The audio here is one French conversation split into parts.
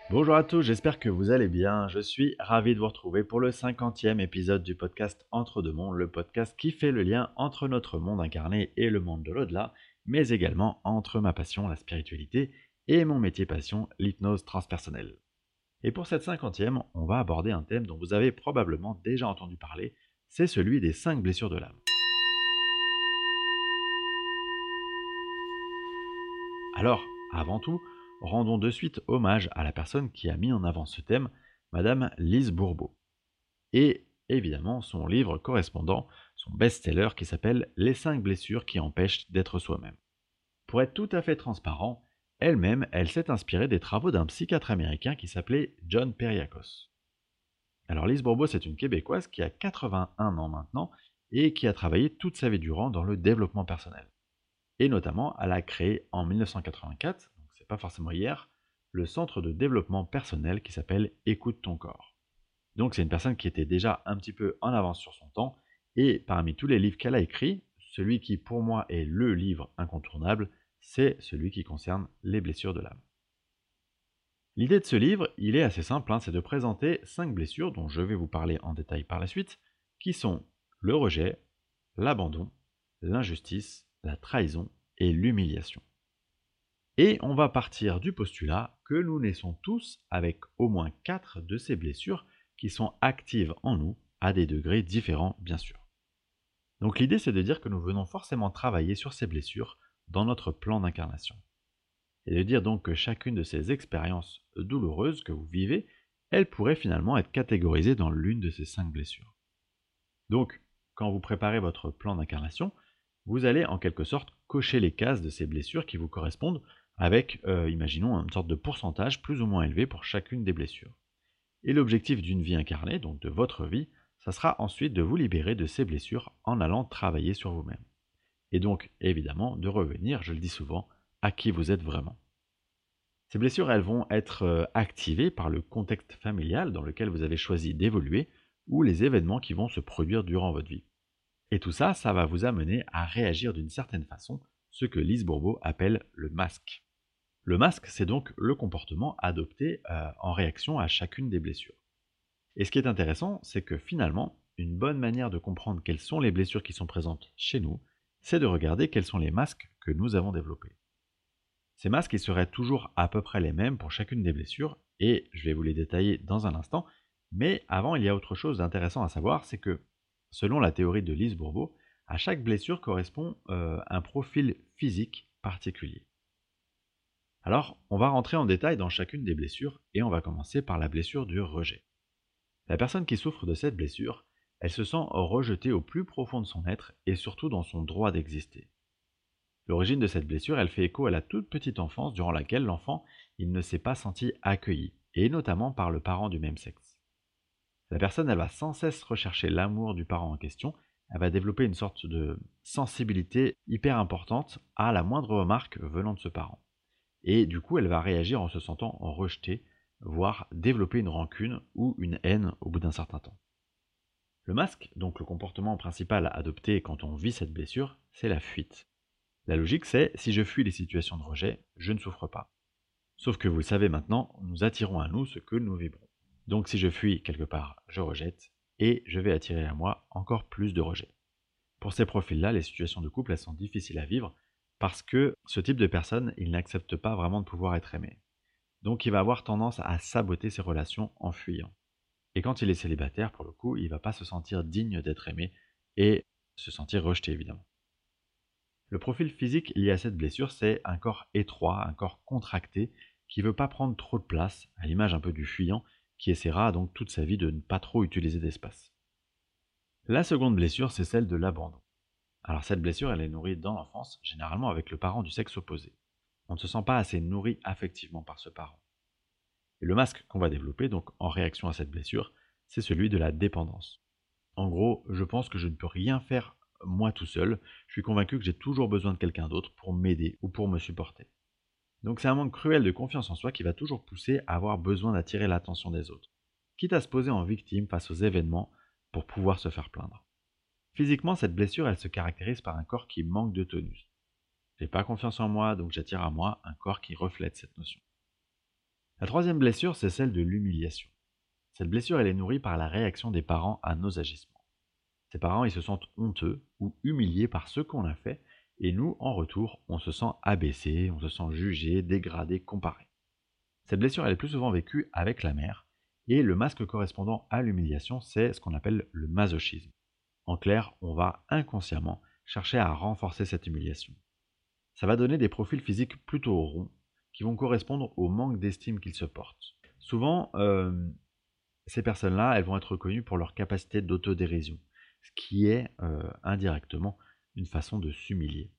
Bonjour à tous, j'espère que vous allez bien. Je suis ravi de vous retrouver pour le 50e épisode du podcast Entre deux mondes, le podcast qui fait le lien entre notre monde incarné et le monde de l'au-delà, mais également entre ma passion, la spiritualité, et mon métier passion, l'hypnose transpersonnelle. Et pour cette 50e, on va aborder un thème dont vous avez probablement déjà entendu parler, c'est celui des 5 blessures de l'âme. Alors, avant tout, rendons de suite hommage à la personne qui a mis en avant ce thème, Madame Lise Bourbeau. Et évidemment son livre correspondant, son best-seller qui s'appelle Les 5 blessures qui empêchent d'être soi-même. Pour être tout à fait transparent, elle-même, elle s'est inspirée des travaux d'un psychiatre américain qui s'appelait John Periakos. Alors Lise Bourbeau, c'est une Québécoise qui a 81 ans maintenant et qui a travaillé toute sa vie durant dans le développement personnel. Et notamment, elle a créé en 1984, donc c'est pas forcément hier, le centre de développement personnel qui s'appelle Écoute ton corps. Donc c'est une personne qui était déjà un petit peu en avance sur son temps, et parmi tous les livres qu'elle a écrits, celui qui pour moi est le livre incontournable, c'est celui qui concerne les blessures de l'âme. L'idée de ce livre, il est assez simple, c'est de présenter 5 blessures dont je vais vous parler en détail par la suite, qui sont le rejet, l'abandon, l'injustice, la trahison et l'humiliation. Et on va partir du postulat que nous naissons tous avec au moins 4 de ces blessures qui sont actives en nous, à des degrés différents bien sûr. Donc l'idée c'est de dire que nous venons forcément travailler sur ces blessures dans notre plan d'incarnation. Et de dire donc que chacune de ces expériences douloureuses que vous vivez, elle pourrait finalement être catégorisée dans l'une de ces 5 blessures. Donc, quand vous préparez votre plan d'incarnation, vous allez en quelque sorte cocher les cases de ces blessures qui vous correspondent avec, imaginons, une sorte de pourcentage plus ou moins élevé pour chacune des blessures. Et l'objectif d'une vie incarnée, donc de votre vie, ça sera ensuite de vous libérer de ces blessures en allant travailler sur vous-même. Et donc, évidemment, de revenir, je le dis souvent, à qui vous êtes vraiment. Ces blessures, elles vont être activées par le contexte familial dans lequel vous avez choisi d'évoluer ou les événements qui vont se produire durant votre vie. Et tout ça, ça va vous amener à réagir d'une certaine façon, ce que Lise Bourbeau appelle le masque. Le masque, c'est donc le comportement adopté en réaction à chacune des blessures. Et ce qui est intéressant, c'est que finalement, une bonne manière de comprendre quelles sont les blessures qui sont présentes chez nous, c'est de regarder quels sont les masques que nous avons développés. Ces masques, ils seraient toujours à peu près les mêmes pour chacune des blessures, et je vais vous les détailler dans un instant, mais avant, il y a autre chose d'intéressant à savoir, c'est que, selon la théorie de Lise Bourbeau, à chaque blessure correspond un profil physique particulier. Alors, on va rentrer en détail dans chacune des blessures, et on va commencer par la blessure du rejet. La personne qui souffre de cette blessure, elle se sent rejetée au plus profond de son être, et surtout dans son droit d'exister. L'origine de cette blessure, elle fait écho à la toute petite enfance durant laquelle l'enfant, il ne s'est pas senti accueilli, et notamment par le parent du même sexe. La personne, elle va sans cesse rechercher l'amour du parent en question, elle va développer une sorte de sensibilité hyper importante à la moindre remarque venant de ce parent. Et du coup, elle va réagir en se sentant rejetée, voire développer une rancune ou une haine au bout d'un certain temps. Le masque, donc le comportement principal adopté quand on vit cette blessure, c'est la fuite. La logique, c'est si je fuis les situations de rejet, je ne souffre pas. Sauf que vous le savez maintenant, nous attirons à nous ce que nous vibrons. Donc si je fuis quelque part, je rejette, et je vais attirer à moi encore plus de rejet. Pour ces profils-là, les situations de couple, elles sont difficiles à vivre, parce que ce type de personne, il n'accepte pas vraiment de pouvoir être aimé. Donc il va avoir tendance à saboter ses relations en fuyant. Et quand il est célibataire, pour le coup, il ne va pas se sentir digne d'être aimé, et se sentir rejeté évidemment. Le profil physique lié à cette blessure, c'est un corps étroit, un corps contracté, qui ne veut pas prendre trop de place, à l'image un peu du fuyant, qui essaiera donc toute sa vie de ne pas trop utiliser d'espace. La seconde blessure, c'est celle de l'abandon. Alors cette blessure, elle est nourrie dans l'enfance, généralement avec le parent du sexe opposé. On ne se sent pas assez nourri affectivement par ce parent. Et le masque qu'on va développer, donc en réaction à cette blessure, c'est celui de la dépendance. En gros, je pense que je ne peux rien faire moi tout seul, je suis convaincu que j'ai toujours besoin de quelqu'un d'autre pour m'aider ou pour me supporter. Donc c'est un manque cruel de confiance en soi qui va toujours pousser à avoir besoin d'attirer l'attention des autres, quitte à se poser en victime face aux événements pour pouvoir se faire plaindre. Physiquement, cette blessure, elle se caractérise par un corps qui manque de tonus. J'ai pas confiance en moi, donc j'attire à moi un corps qui reflète cette notion. La troisième blessure, c'est celle de l'humiliation. Cette blessure, elle est nourrie par la réaction des parents à nos agissements. Ces parents, ils se sentent honteux ou humiliés par ce qu'on a fait, et nous, en retour, on se sent abaissé, on se sent jugé, dégradé, comparé. Cette blessure, elle est plus souvent vécue avec la mère, et le masque correspondant à l'humiliation, c'est ce qu'on appelle le masochisme. En clair, on va inconsciemment chercher à renforcer cette humiliation. Ça va donner des profils physiques plutôt ronds, qui vont correspondre au manque d'estime qu'ils se portent. Souvent, ces personnes-là, elles vont être reconnues pour leur capacité d'autodérision, ce qui est indirectement une façon de s'humilier.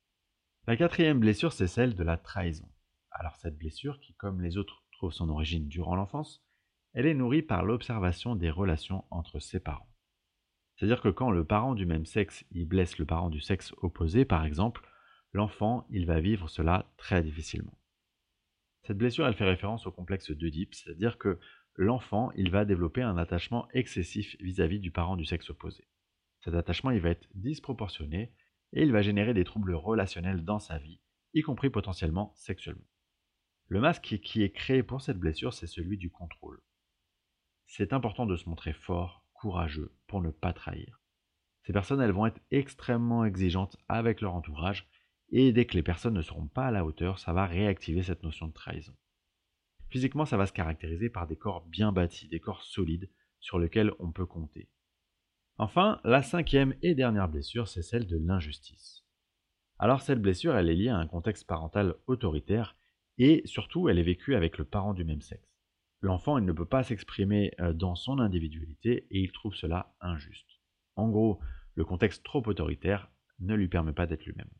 La quatrième blessure, c'est celle de la trahison. Alors cette blessure, qui comme les autres trouve son origine durant l'enfance, elle est nourrie par l'observation des relations entre ses parents. C'est-à-dire que quand le parent du même sexe, il blesse le parent du sexe opposé, par exemple, l'enfant, il va vivre cela très difficilement. Cette blessure, elle fait référence au complexe d'Oedipe, c'est-à-dire que l'enfant, il va développer un attachement excessif vis-à-vis du parent du sexe opposé. Cet attachement, il va être disproportionné et il va générer des troubles relationnels dans sa vie, y compris potentiellement sexuellement. Le masque qui est créé pour cette blessure, c'est celui du contrôle. C'est important de se montrer fort, courageux, pour ne pas trahir. Ces personnes, elles vont être extrêmement exigeantes avec leur entourage, et dès que les personnes ne seront pas à la hauteur, ça va réactiver cette notion de trahison. Physiquement, ça va se caractériser par des corps bien bâtis, des corps solides sur lesquels on peut compter. Enfin, la cinquième et dernière blessure, c'est celle de l'injustice. Alors cette blessure, elle est liée à un contexte parental autoritaire et surtout, elle est vécue avec le parent du même sexe. L'enfant, il ne peut pas s'exprimer dans son individualité et il trouve cela injuste. En gros, le contexte trop autoritaire ne lui permet pas d'être lui-même.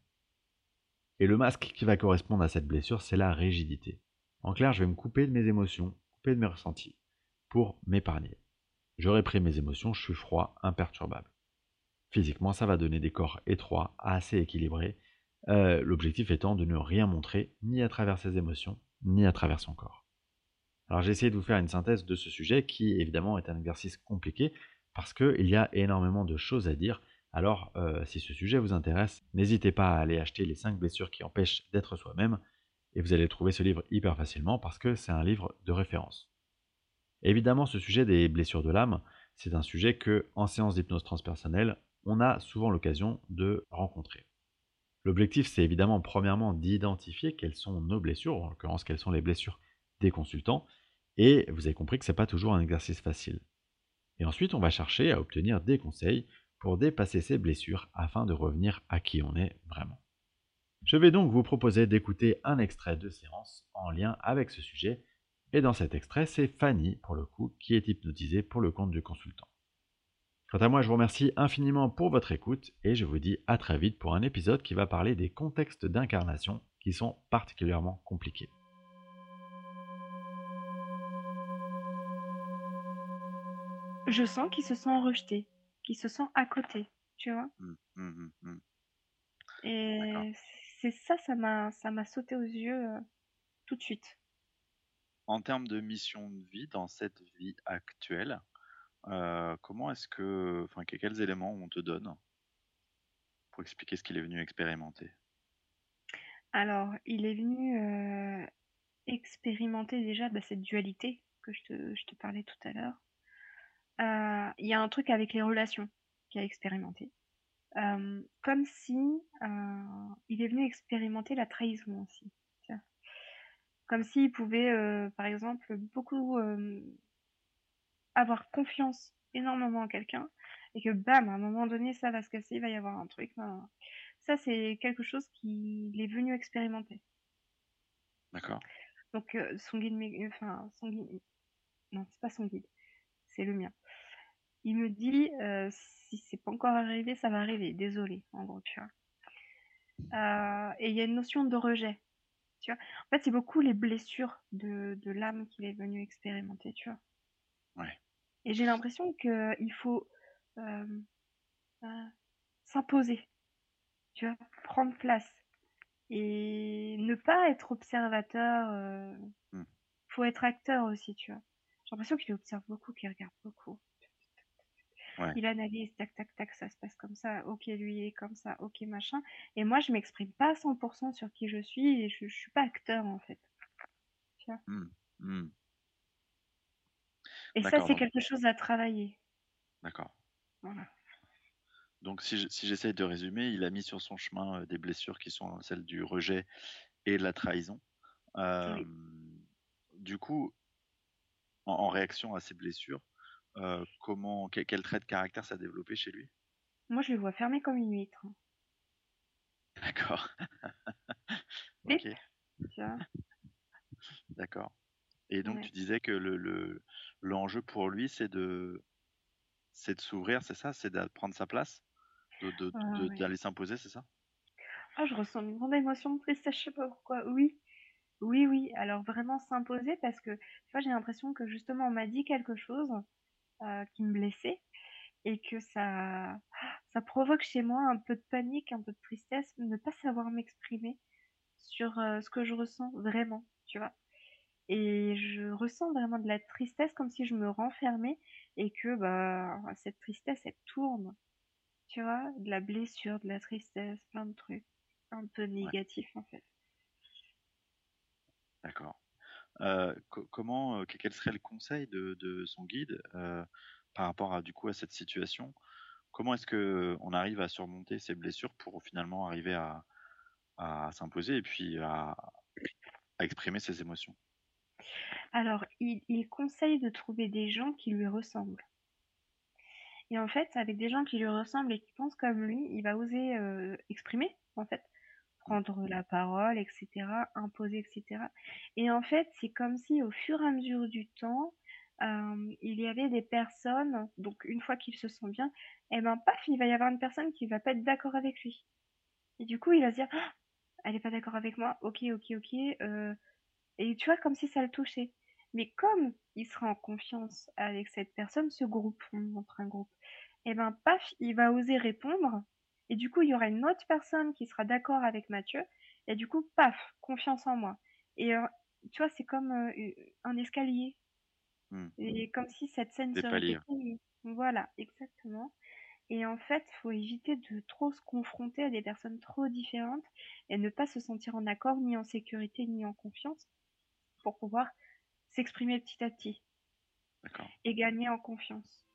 Et le masque qui va correspondre à cette blessure, c'est la rigidité. En clair, je vais me couper de mes émotions, couper de mes ressentis, pour m'épargner. Je réprime mes émotions, je suis froid, imperturbable. Physiquement, ça va donner des corps étroits, assez équilibrés, l'objectif étant de ne rien montrer, ni à travers ses émotions, ni à travers son corps. Alors j'ai essayé de vous faire une synthèse de ce sujet qui évidemment est un exercice compliqué parce qu'il y a énormément de choses à dire. Alors si ce sujet vous intéresse, n'hésitez pas à aller acheter les 5 blessures qui empêchent d'être soi-même et vous allez trouver ce livre hyper facilement parce que c'est un livre de référence. Évidemment, ce sujet des blessures de l'âme, c'est un sujet que, en séance d'hypnose transpersonnelle, on a souvent l'occasion de rencontrer. L'objectif, c'est évidemment, premièrement, d'identifier quelles sont nos blessures, ou en l'occurrence, quelles sont les blessures des consultants, et vous avez compris que ce n'est pas toujours un exercice facile. Et ensuite, on va chercher à obtenir des conseils pour dépasser ces blessures afin de revenir à qui on est vraiment. Je vais donc vous proposer d'écouter un extrait de séance en lien avec ce sujet, et dans cet extrait, c'est Fanny, pour le coup, qui est hypnotisée pour le compte du consultant. Quant à moi, je vous remercie infiniment pour votre écoute et je vous dis à très vite pour un épisode qui va parler des contextes d'incarnation qui sont particulièrement compliqués. Je sens qu'il se sent rejeté, qu'il se sent à côté, tu vois. D'accord. Et c'est ça, ça m'a sauté aux yeux tout de suite. En termes de mission de vie, dans cette vie actuelle, comment est-ce enfin, quels éléments on te donne pour expliquer ce qu'il est venu expérimenter? Alors, il est venu expérimenter déjà cette dualité que je te parlais tout à l'heure. Il y a un truc avec les relations qu'il a expérimenté. Comme si il est venu expérimenter la trahison aussi. Tiens. Comme s'il pouvait, par exemple, beaucoup avoir confiance énormément en quelqu'un et que bam, à un moment donné, ça va se casser, il va y avoir un truc. Ça, c'est quelque chose qu'il est venu expérimenter. D'accord. Donc, son guide, enfin, son guide, non, c'est pas son guide, c'est le mien. Il me dit, si c'est pas encore arrivé, ça va arriver, désolé, en gros, tu vois. Et il y a une notion de rejet, tu vois. En fait, c'est beaucoup les blessures de l'âme qu'il est venu expérimenter, tu vois. Ouais. Et j'ai l'impression qu'il faut euh, euh, s'imposer, tu vois, prendre place et ne pas être observateur. Hmm. Faut être acteur aussi, tu vois. J'ai l'impression qu'il observe beaucoup, qu'il regarde beaucoup. Ouais. Il analyse, tac, tac, tac, ça se passe comme ça, ok, lui il est comme ça, ok, machin. Et moi, je m'exprime pas à 100% sur qui je suis et je suis pas acteur en fait. Tu vois. Hmm. Et ça, D'accord, c'est quelque chose à travailler. d'accord. Voilà. Donc si j'essaye de résumer, il a mis sur son chemin des blessures qui sont celles du rejet et de la trahison. Euh, Oui. du coup, en réaction à ces blessures, quel trait de caractère ça a développé chez lui? Moi, je le vois fermé comme une huître. D'accord. Bip, Ok, tu vois. d'accord. Et donc tu Ouais. disais que l'enjeu pour lui, c'est de s'ouvrir, c'est ça? C'est de prendre sa place? Ouais. D'aller s'imposer, c'est ça? Ah, je ressens une grande émotion de tristesse, je sais pas pourquoi. Oui, oui, oui. Alors vraiment s'imposer parce que, tu vois, j'ai l'impression que justement on m'a dit quelque chose qui me blessait et que ça provoque chez moi un peu de panique, un peu de tristesse, ne pas savoir m'exprimer sur ce que je ressens vraiment, tu vois. Et je ressens vraiment de la tristesse comme si je me renfermais et que bah cette tristesse elle tourne, tu vois, de la blessure, de la tristesse, plein de trucs un peu Ouais, négatifs en fait. d'accord. Quel serait le conseil de son guide par rapport à du coup à cette situation? Comment est-ce que on arrive à surmonter ces blessures pour finalement arriver à s'imposer et puis à exprimer ses émotions? Alors il conseille de trouver des gens qui lui ressemblent. Et en fait, avec des gens qui lui ressemblent et qui pensent comme lui, il va oser exprimer, en fait, Mm. prendre la parole, etc., imposer, etc. Et en fait, c'est comme si au fur et à mesure du temps, il y avait des personnes, donc une fois qu'il se sent bien, et ben paf, il va y avoir une personne qui va pas être d'accord avec lui. Et du coup, il va se dire, ah, elle est pas d'accord avec moi, ok, ok, ok, et tu vois, comme si ça le touchait. Mais comme il sera en confiance avec cette personne, ce groupe, on montre un groupe, et ben paf, il va oser répondre. Et du coup, il y aura une autre personne qui sera d'accord avec Mathieu. Et du coup, paf, confiance en moi. Et tu vois, c'est comme un escalier. Mm. Et comme si cette scène Des se paliers. répétait. Voilà, exactement. Et en fait, il faut éviter de trop se confronter à des personnes trop différentes et ne pas se sentir en accord, ni en sécurité, ni en confiance, pour pouvoir s'exprimer petit à petit D'accord. et gagner en confiance.